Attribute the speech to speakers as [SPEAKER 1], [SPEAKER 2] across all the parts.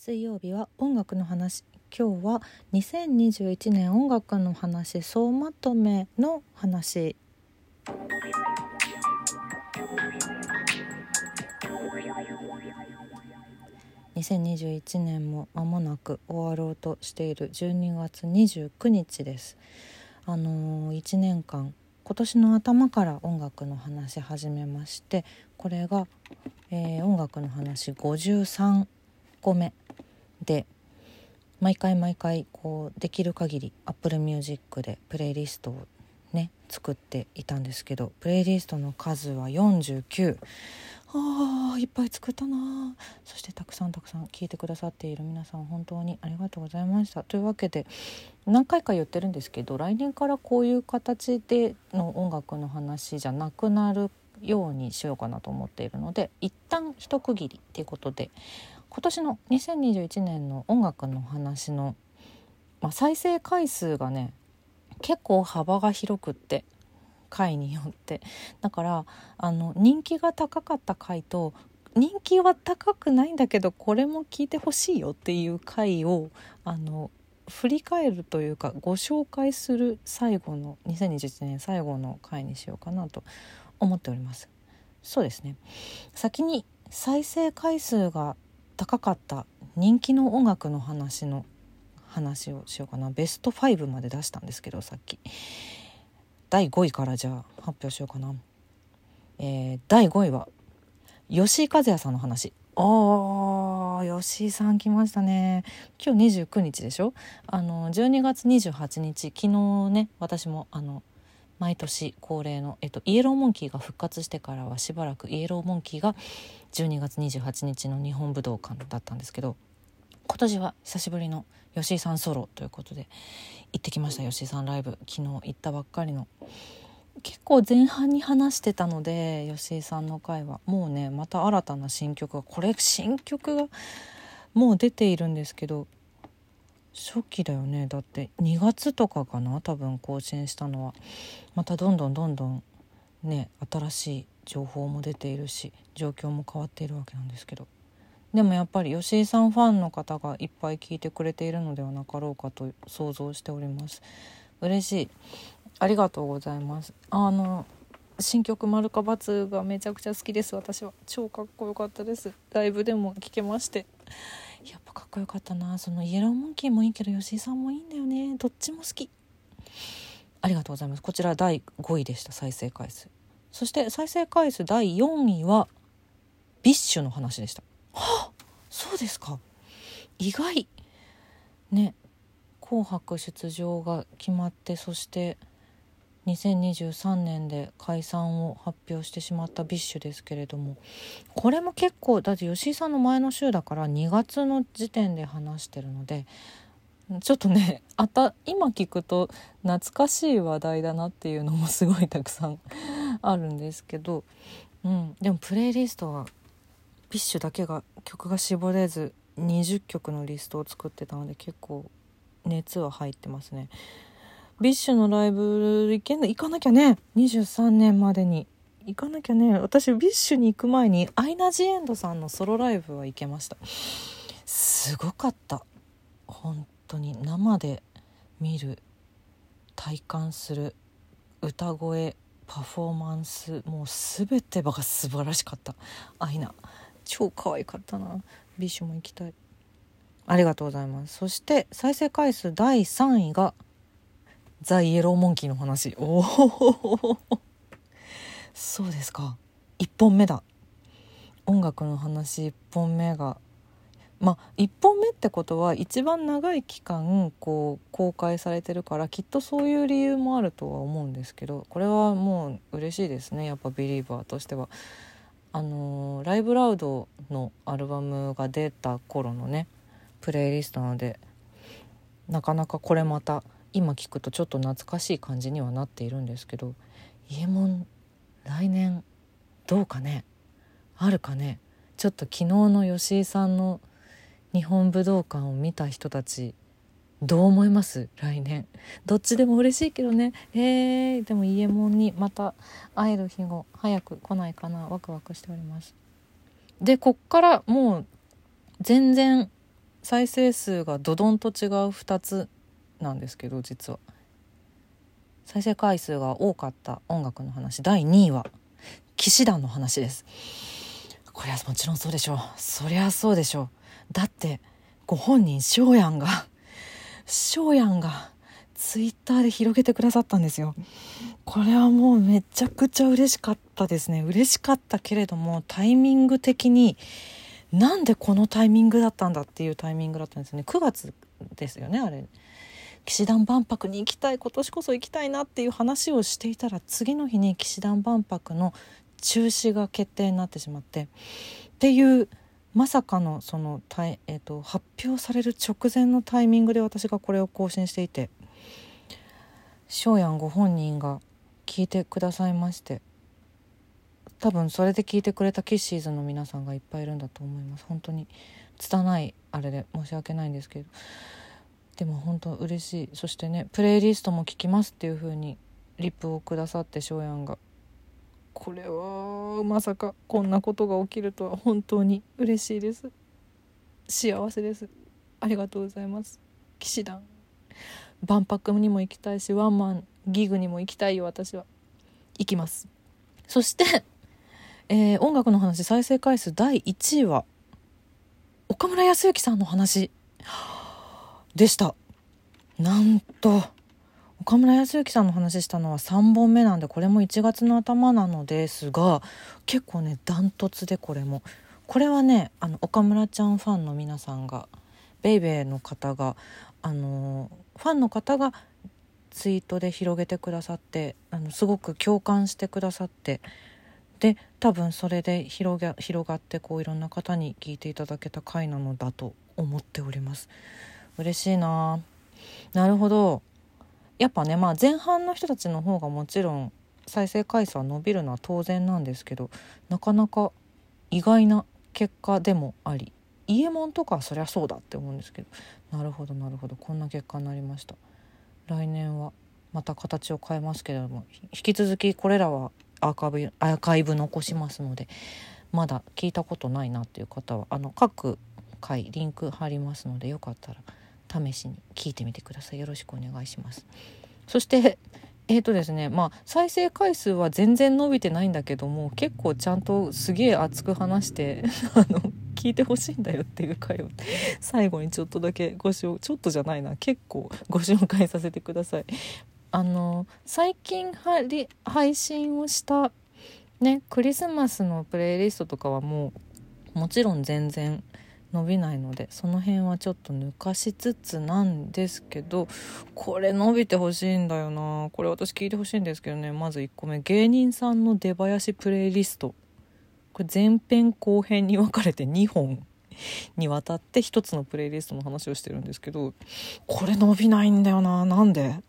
[SPEAKER 1] 水曜日は音楽の話。今日は2021年音楽の話総まとめの話。2021年も間もなく終わろうとしている12月29日です。1年間今年の頭から音楽の話始めまして、これが、音楽の話53個目で、毎回こうできる限り Apple Music でプレイリストをね作っていたんですけど、プレイリストの数は49。いっぱい作ったな。そしてたくさん聞いてくださっている皆さん、本当にありがとうございました。というわけで、何回か言ってるんですけど、来年からこういう形での音楽の話じゃなくなるようにしようかなと思っているので、一旦一区切りっていうことで、今年の2021年の音楽の話の、再生回数がね結構幅が広くって、回によって、だから人気が高かった回と、人気は高くないんだけどこれも聞いてほしいよっていう回を振り返るというか、ご紹介する最後の2021年最後の回にしようかなと思っております。そうですね、先に再生回数が高かった人気の音楽の話をしようかな。ベスト5まで出したんですけど、さっき第5位からじゃあ発表しようかな。第5位は吉井和也さんの話。吉井さん来ましたね。今日29日でしょ。12月28日、昨日ね、私も毎年恒例の、イエローモンキーが復活してからはしばらくイエローモンキーが12月28日の日本武道館だったんですけど、今年は久しぶりの吉井さんソロということで行ってきました。吉井さんライブ、昨日行ったばっかりの。結構前半に話してたので、吉井さんの回はもうね、また新たな新曲がもう出ているんですけど、初期だよね。だって2月とかかな、多分更新したのは。またどんどんね、新しい情報も出ているし、状況も変わっているわけなんですけど、でもやっぱり吉井さんファンの方がいっぱい聞いてくれているのではなかろうかと想像しております。嬉しい、ありがとうございます。新曲丸か×がめちゃくちゃ好きです。私は超かっこよかったです。ライブでも聴けまして、やっぱかっこよかったな。そのイエローモンキーもいいけど吉井さんもいいんだよね。どっちも好き。ありがとうございます。こちら第5位でした、再生回数。そして再生回数第4位はビッシュの話でした。そうですか、意外ね。紅白出場が決まって、そして2023年で解散を発表してしまったビッシュですけれども、これも結構、だって吉井さんの前の週だから2月の時点で話してるので、ちょっとね、今聞くと懐かしい話題だなっていうのもすごいたくさんあるんですけど、でもプレイリストはビッシュだけが曲が絞れず20曲のリストを作ってたので、結構熱は入ってますね。ビッシュのライブ行かなきゃね。23年までに行かなきゃね。私ビッシュに行く前にアイナ・ジ・エンドさんのソロライブは行けました。すごかった、本当に。生で見る、体感する、歌声、パフォーマンス、もう全てが素晴らしかった。アイナ超可愛かったな。ビッシュも行きたい。ありがとうございます。そして再生回数第3位がザ・イエローモンキーの話。そうですか、1本目だ。音楽の話1本目が、1本目ってことは一番長い期間公開されてるから、きっとそういう理由もあるとは思うんですけど、これはもう嬉しいですね。やっぱビリーバーとしてはライブラウドのアルバムが出た頃のねプレイリストなので、なかなかこれまた今聞くとちょっと懐かしい感じにはなっているんですけど、イエモン来年どうかね、あるかね。ちょっと昨日の吉井さんの日本武道館を見た人たちどう思います？来年どっちでも嬉しいけどね。でもイエモンにまた会える日が早く来ないかな。ワクワクしております。でこっからもう全然再生数がドドンと違う2つなんですけど、実は再生回数が多かった音楽の話第2位は騎士団の話です。これはもちろんそうでしょう。そりゃそうでしょう。だってご本人翔やんがツイッターで広げてくださったんですよ。これはもうめちゃくちゃ嬉しかったですね。嬉しかったけれども、タイミング的になんでこのタイミングだったんだっていうタイミングだったんですよね。9月ですよね、あれ。騎士団万博に行きたい、今年こそ行きたいなっていう話をしていたら、次の日に騎士団万博の中止が決定になってしまってっていうまさかのその発表される直前のタイミングで私がこれを更新していて、翔やんご本人が聞いてくださいまして、多分それで聞いてくれたキッシーズの皆さんがいっぱいいるんだと思います。本当に拙いあれで申し訳ないんですけど、でも本当嬉しい。そしてね、プレイリストも聞きますっていう風にリップをくださって、翔やんが、これはまさかこんなことが起きるとは本当に嬉しいです。幸せです。ありがとうございます。騎士団万博にも行きたいし、ワンマンギグにも行きたいよ。私は行きます。そして、音楽の話再生回数第1位は岡村康之さんの話でした。なんと岡村康之さんの話したのは3本目なんで、これも1月の頭なのですが、結構ねダントツで、これはね、岡村ちゃんファンの皆さんが、ベイベーの方がファンの方がツイートで広げてくださって、すごく共感してくださって、で多分それで広がってこういろんな方に聞いていただけた回なのだと思っております。嬉しいな。なるほど。やっぱね、前半の人たちの方がもちろん再生回数は伸びるのは当然なんですけど、なかなか意外な結果でもあり、イエモンとかはそりゃそうだって思うんですけど、なるほどこんな結果になりました。来年はまた形を変えますけれども、引き続きこれらはアーカイブ残しますので、まだ聞いたことないなっていう方は各回リンク貼りますので、よかったら試しに聞いてみてください。よろしくお願いします。そしてですね、再生回数は全然伸びてないんだけども、結構ちゃんとすげえ熱く話して聞いてほしいんだよっていう回を最後にちょっとだけちょっとじゃないな、結構ご紹介させてください。最近配信をしたね、クリスマスのプレイリストとかはもちろん全然伸びないので、その辺はちょっと抜かしつつなんですけど、これ伸びてほしいんだよな。これ私聞いてほしいんですけどね。まず1個目、芸人さんの出囃子プレイリスト。これ前編後編に分かれて2本にわたって1つのプレイリストの話をしてるんですけど、これ伸びないんだよな。なんで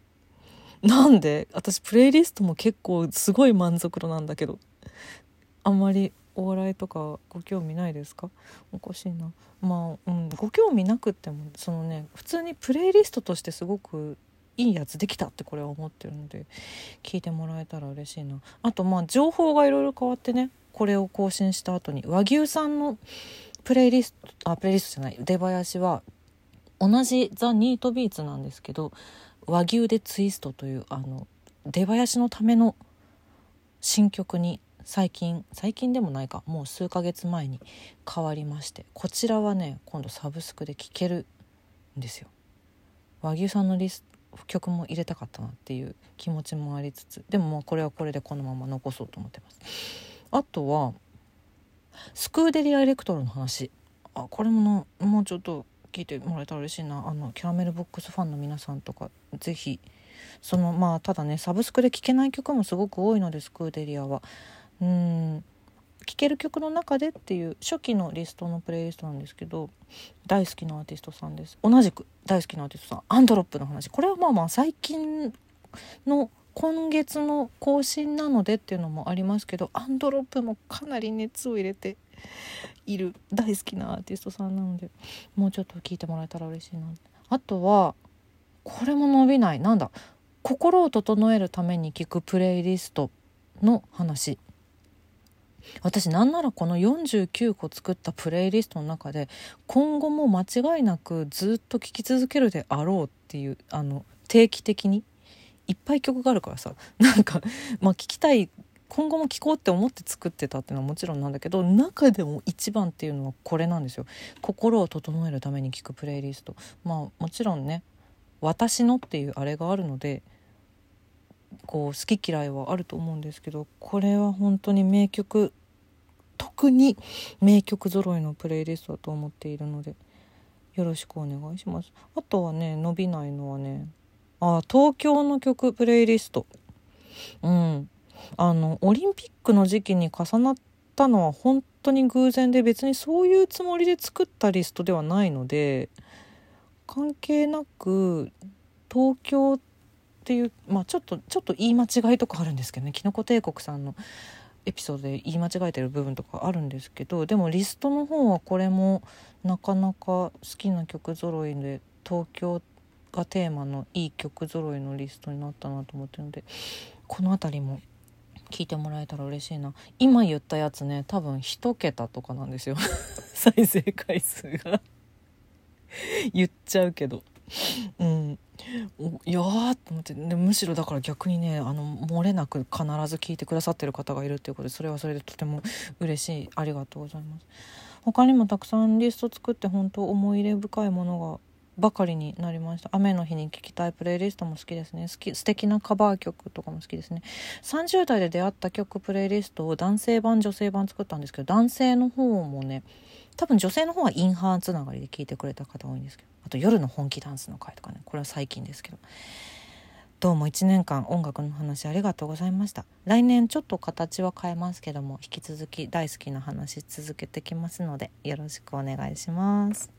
[SPEAKER 1] 私プレイリストも結構すごい満足度なんだけど、あんまりお笑いとかご興味ないですか？おかしいな。ご興味なくっても普通にプレイリストとしてすごくいいやつできたってこれは思ってるので、聞いてもらえたら嬉しいな。あと情報がいろいろ変わってね、これを更新した後に和牛さんのプレイリストじゃない、出囃子は同じザ・ニートビーツなんですけど、和牛でツイストという出囃子のための新曲に最近でもないか、もう数ヶ月前に変わりまして、こちらはね今度サブスクで聴けるんですよ。和牛さんの曲も入れたかったなっていう気持ちもありつつ、でもこれはこれでこのまま残そうと思ってます。あとはスクーデリアエレクトロの話、これももうちょっと聞いてもらえたら嬉しいな。キャラメルボックスファンの皆さんとかぜひただねサブスクで聴けない曲もすごく多いので、スクーデリアは聴ける曲の中でっていう初期のリストのプレイリストなんですけど、大好きなアーティストさんです。同じく大好きなアーティストさん、アンドロップの話。これは最近の今月の更新なのでっていうのもありますけど、アンドロップもかなり熱を入れている大好きなアーティストさんなので、もうちょっと聞いてもらえたら嬉しいな。あとはこれも伸びない、心を整えるために聞くプレイリストの話。 私なんならこの49個作ったプレイリストの中で今後も間違いなくずっと聴き続けるであろうっていう定期的にいっぱい曲があるからさ、なんか聴きたい、今後も聴こうって思って作ってたっていうのはもちろんなんだけど、中でも一番っていうのはこれなんですよ。心を整えるために聴くプレイリスト。もちろんね、私のっていうあれがあるのでこう好き嫌いはあると思うんですけど、これは本当に名曲、特に名曲揃いのプレイリストだと思っているのでよろしくお願いします。あとはね、伸びないのはね、東京の曲プレイリスト。オリンピックの時期に重なったのは本当に偶然で、別にそういうつもりで作ったリストではないので、関係なく東京っていう、ちょっと言い間違いとかあるんですけどね、きのこ帝国さんのエピソードで言い間違えてる部分とかあるんですけど、でもリストの方はこれもなかなか好きな曲揃いで、東京がテーマのいい曲揃いのリストになったなと思ってるので、このあたりも聞いてもらえたら嬉しいな。今言ったやつね、多分1桁とかなんですよ再生回数が言っちゃうけど、いやーと思って、でむしろだから逆にね、漏れなく必ず聞いてくださってる方がいるっていうことで、それはそれでとても嬉しい。ありがとうございます。他にもたくさんリスト作って本当思い入れ深いものがばかりになりました。雨の日に聴きたいプレイリストも好きですね。素敵なカバー曲とかも好きですね。30代で出会った曲プレイリストを男性版女性版作ったんですけど、男性の方もね、多分女性の方はインハーつながりで聞いてくれた方多いんですけど、あと夜の本気ダンスの回とかね、これは最近ですけど、どうも1年間音楽の話ありがとうございました。来年ちょっと形は変えますけども、引き続き大好きな話続けてきますのでよろしくお願いします。